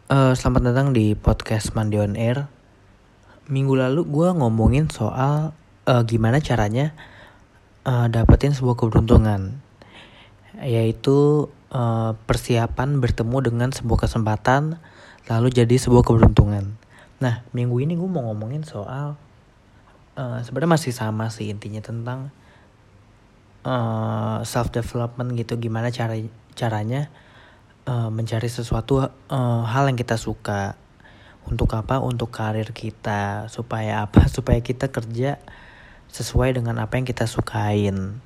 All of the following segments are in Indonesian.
Selamat datang di podcast Mandi on Air. Minggu lalu gue ngomongin soal gimana caranya dapetin sebuah keberuntungan, yaitu persiapan bertemu dengan sebuah kesempatan lalu jadi sebuah keberuntungan. Nah, minggu ini gue mau ngomongin soal sebenarnya masih sama sih intinya tentang self development gitu, gimana caranya mencari sesuatu hal yang kita suka. Untuk apa? Untuk karir kita. Supaya apa? Supaya kita kerja sesuai dengan apa yang kita sukain.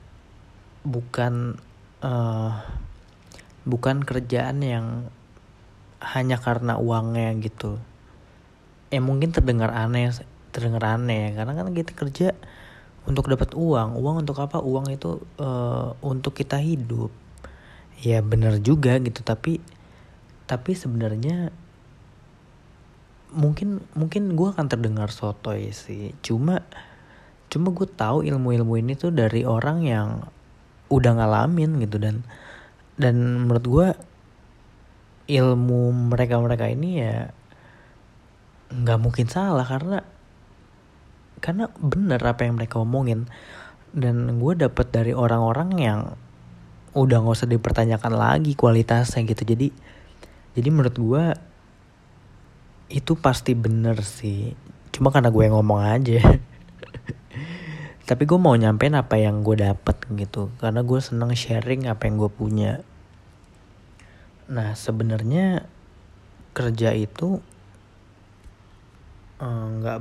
Bukan kerjaan yang hanya karena uangnya gitu. Mungkin terdengar aneh ya, karena kan kita kerja untuk dapat uang. Uang untuk apa? Uang itu untuk kita hidup. Ya benar juga gitu, tapi sebenarnya mungkin gue akan terdengar sotoy sih. Cuma gue tahu ilmu ini tuh dari orang yang udah ngalamin gitu, dan menurut gue ilmu mereka ini ya nggak mungkin salah, karena bener apa yang mereka omongin. Dan gue dapet dari orang-orang yang udah nggak usah dipertanyakan lagi kualitasnya gitu. Jadi menurut gue itu pasti bener sih. Cuma karena gue ngomong aja. Tapi gue mau nyampein apa yang gue dapet gitu, karena gue seneng sharing apa yang gue punya. Nah, sebenarnya kerja itu nggak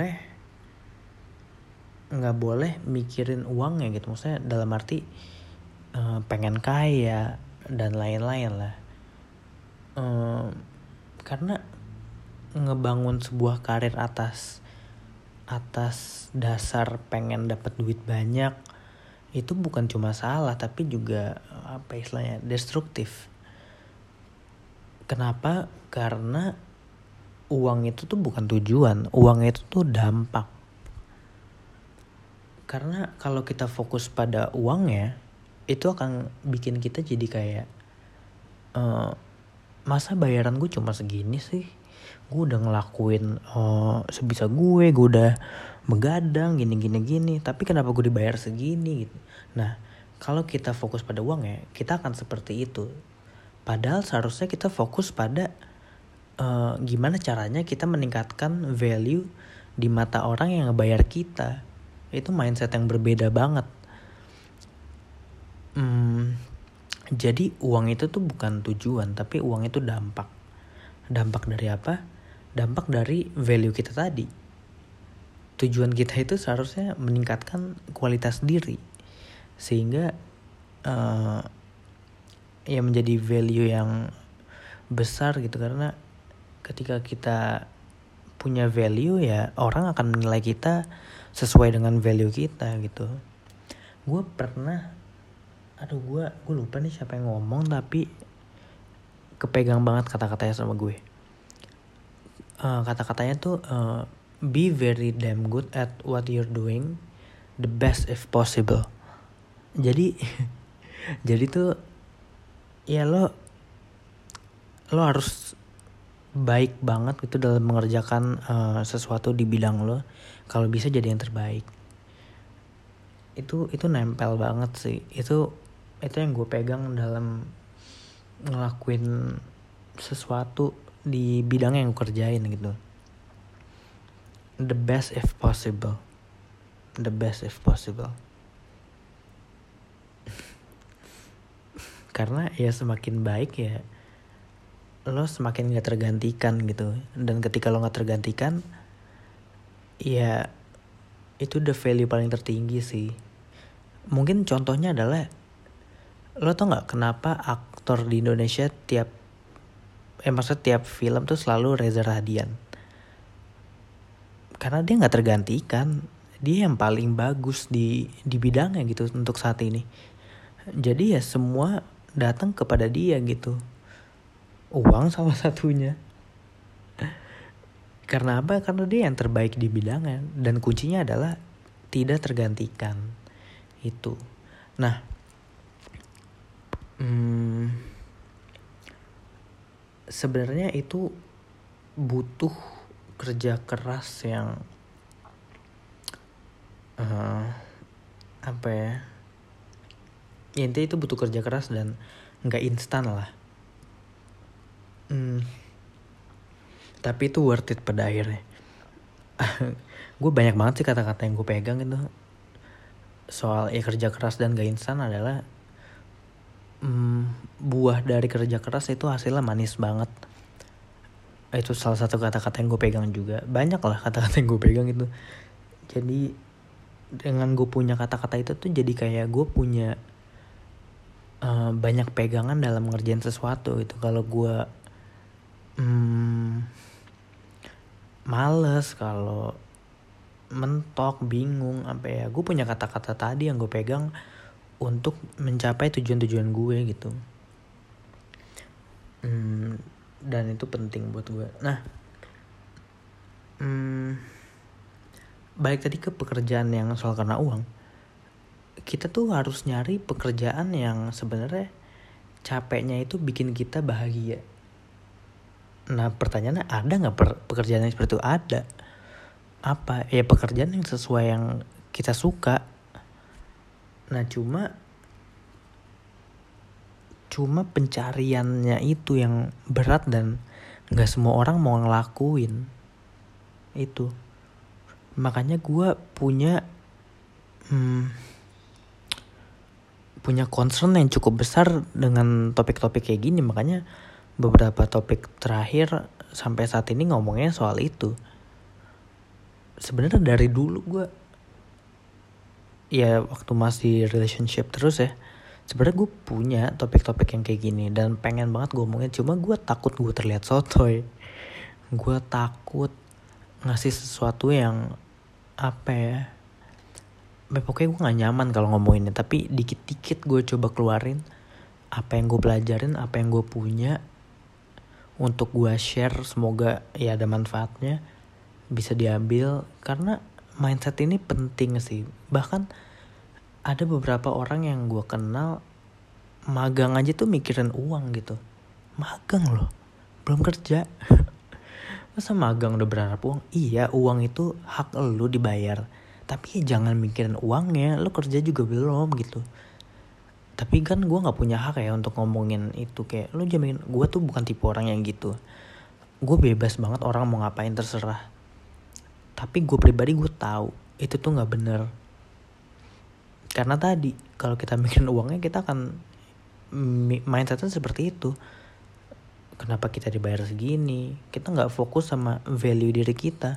boleh mikirin uangnya gitu. Maksudnya dalam arti pengen kaya dan lain-lain lah. Karena ngebangun sebuah karir atas dasar pengen dapat duit banyak itu bukan cuma salah, tapi juga apa istilahnya, destruktif. Kenapa? Karena uang itu tuh bukan tujuan, uang itu tuh dampak. Karena kalau kita fokus pada uangnya, itu akan bikin kita jadi kayak masa bayaran gue cuma segini sih, gue udah ngelakuin sebisa gue udah begadang gini, tapi kenapa gue dibayar segini gitu. Nah, kalau kita fokus pada uangnya, kita akan seperti itu. Padahal seharusnya kita fokus pada gimana caranya kita meningkatkan value di mata orang yang ngebayar kita. Itu mindset yang berbeda banget. Jadi uang itu tuh bukan tujuan, tapi uang itu dampak. Dampak dari apa? Dampak dari value kita tadi. Tujuan kita itu seharusnya meningkatkan kualitas diri, sehingga ya menjadi value yang besar gitu. Karena ketika kita punya value, ya orang akan menilai kita sesuai dengan value kita gitu. Gue pernah, gue lupa nih siapa yang ngomong, tapi kepegang banget kata-katanya sama gue. Kata-katanya tuh be very damn good at what you're doing, the best if possible. Jadi jadi tuh ya lo harus baik banget gitu dalam mengerjakan sesuatu di bidang lo. Kalau bisa jadi yang terbaik. Itu nempel banget sih. Itu yang gue pegang dalam ngelakuin sesuatu di bidang yang gue kerjain gitu. The best if possible. The best if possible. Karena ya semakin baik ya lo semakin gak tergantikan gitu. Dan ketika lo gak tergantikan, ya itu the value paling tertinggi sih. Mungkin contohnya adalah, lo tau gak kenapa aktor di Indonesia tiap film tuh selalu Reza Radian? Karena dia gak tergantikan. Dia yang paling bagus di bidangnya gitu untuk saat ini. Jadi ya semua datang kepada dia gitu. Uang salah satunya. Karena apa? Karena dia yang terbaik di bidangnya. Dan kuncinya adalah tidak tergantikan. Itu. Nah, sebenarnya itu butuh kerja keras yang apa ya, intinya itu butuh kerja keras dan nggak instan lah. Tapi itu worth it pada akhirnya. Gue banyak banget sih kata-kata yang gue pegang itu soal kerja keras dan gak instan adalah buah dari kerja keras itu hasilnya manis banget. Itu salah satu kata-kata yang gue pegang juga. Banyak lah kata-kata yang gue pegang itu. Jadi dengan gue punya kata-kata itu tuh jadi kayak gue punya banyak pegangan dalam ngerjain sesuatu gitu. Kalau gue males, kalau mentok, bingung apa ya, gue punya kata-kata tadi yang gue pegang untuk mencapai tujuan-tujuan gue gitu. Dan itu penting buat gue. Nah, balik tadi ke pekerjaan yang soal karena uang. Kita tuh harus nyari pekerjaan yang sebenarnya capeknya itu bikin kita bahagia. Nah, pertanyaannya ada nggak pekerjaan yang seperti itu? Ada. Apa ya, pekerjaan yang sesuai yang kita suka. Nah, cuma pencariannya itu yang berat dan nggak semua orang mau ngelakuin itu. Makanya gue punya concern yang cukup besar dengan topik-topik kayak gini. Makanya beberapa topik terakhir sampai saat ini ngomongnya soal itu. Sebenarnya dari dulu gue, ya waktu masih relationship terus ya, sebenarnya gue punya topik-topik yang kayak gini dan pengen banget gue omongin. Cuma gue takut gue terlihat sotoy. Gue takut ngasih sesuatu yang apa ya, pokoknya gue gak nyaman kalau ngomonginnya. Tapi dikit-dikit gue coba keluarin apa yang gue pelajarin, apa yang gue punya, untuk gue share. Semoga ya ada manfaatnya, bisa diambil. Karena mindset ini penting sih. Bahkan ada beberapa orang yang gue kenal magang aja tuh mikirin uang gitu. Magang loh, belum kerja. Masa magang udah berharap uang? Iya, uang itu hak lu dibayar. Tapi jangan mikirin uangnya, lu kerja juga belum gitu. Tapi kan gue gak punya hak ya untuk ngomongin itu. Kayak lu jamin, gue tuh bukan tipe orang yang gitu. Gue bebas banget, orang mau ngapain terserah. Tapi gue pribadi gue tahu itu tuh gak bener. Karena tadi kalau kita mikirin uangnya, kita akan mindsetnya seperti itu. Kenapa kita dibayar segini? Kita gak fokus sama value diri kita.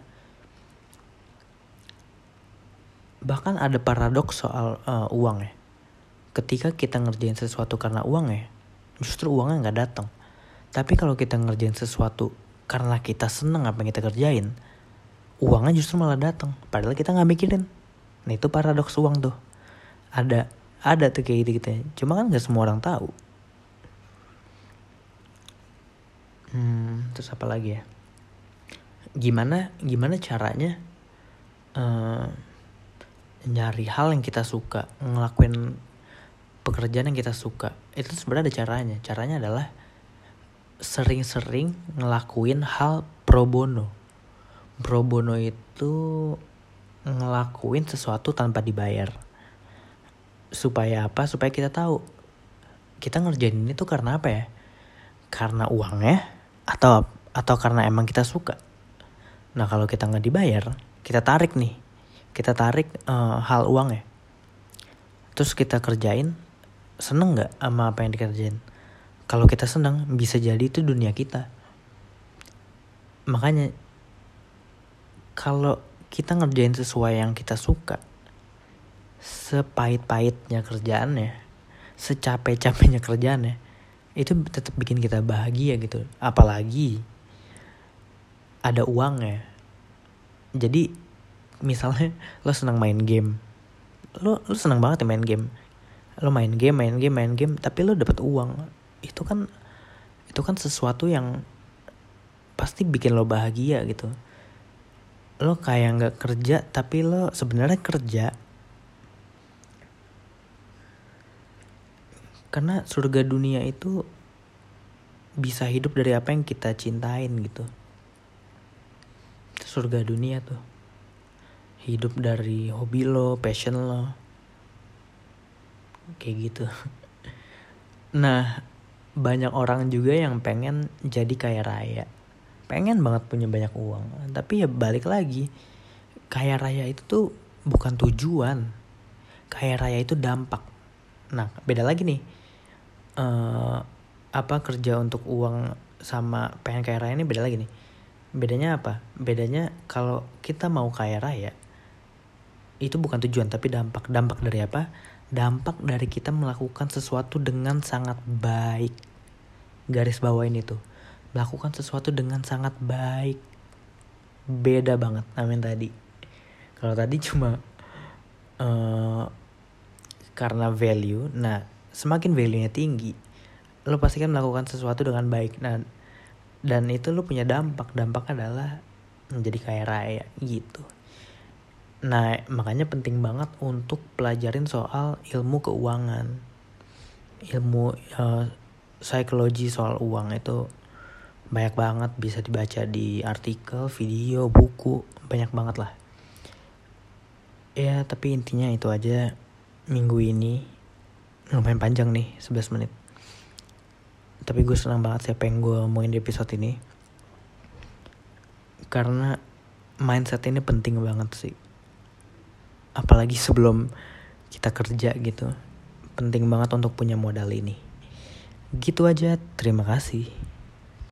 Bahkan ada paradoks soal uang ya. Ketika kita ngerjain sesuatu karena uang ya, justru uangnya gak datang. Tapi kalau kita ngerjain sesuatu karena kita seneng apa yang kita kerjain, uangnya justru malah datang. Padahal kita gak mikirin. Nah, itu paradoks uang tuh. Ada tuh kayak gitu. Cuma kan gak semua orang tahu. Terus apa lagi ya? Gimana caranya nyari hal yang kita suka, ngelakuin pekerjaan yang kita suka. Itu sebenarnya ada caranya. Caranya adalah sering-sering ngelakuin hal pro bono. Pro bono itu ngelakuin sesuatu tanpa dibayar. Supaya apa? Supaya kita tahu kita ngerjain ini tuh karena apa ya? Karena uangnya atau karena emang kita suka. Nah, kalau kita nggak dibayar, kita tarik hal uangnya. Terus kita kerjain, seneng nggak sama apa yang dikerjain? Kalau kita seneng, bisa jadi itu dunia kita. Makanya kalau kita ngerjain sesuai yang kita suka, sepahit-pahitnya kerjaannya, secapek-capeknya kerjaannya, itu tetap bikin kita bahagia gitu. Apalagi ada uangnya. Jadi misalnya lo senang main game, lo senang banget ya main game. Lo main game, tapi lo dapet uang. Itu kan sesuatu yang pasti bikin lo bahagia gitu. Lo kayak nggak kerja tapi lo sebenarnya kerja. Karena surga dunia itu bisa hidup dari apa yang kita cintain gitu. Itu surga dunia tuh. Hidup dari hobi lo, passion lo. Kayak gitu. Nah, banyak orang juga yang pengen jadi kaya raya. Pengen banget punya banyak uang. Tapi ya balik lagi, kaya raya itu tuh bukan tujuan. Kaya raya itu dampak. Nah, beda lagi nih. Kerja untuk uang sama pengen kaya raya ini beda lagi nih. Bedanya apa? Bedanya kalau kita mau kaya raya, itu bukan tujuan tapi dampak. Dampak dari apa? Dampak dari kita melakukan sesuatu dengan sangat baik. Garis bawah ini tuh, melakukan sesuatu dengan sangat baik. Beda banget sama yang tadi. Kalau tadi cuma karena value. Nah, semakin value-nya tinggi, lo pasti kan melakukan sesuatu dengan baik. Nah, dan itu lo punya dampak. Dampak adalah menjadi kaya raya gitu. Nah, makanya penting banget untuk pelajarin soal ilmu keuangan. Ilmu psikologi soal uang itu banyak banget, bisa dibaca di artikel, video, buku, banyak banget lah. Ya, tapi intinya itu aja. Minggu ini lumayan panjang nih, 11 menit. Tapi gue senang banget siapa yang gue omongin di episode ini. Karena mindset ini penting banget sih. Apalagi sebelum kita kerja gitu. Penting banget untuk punya modal ini. Gitu aja, terima kasih.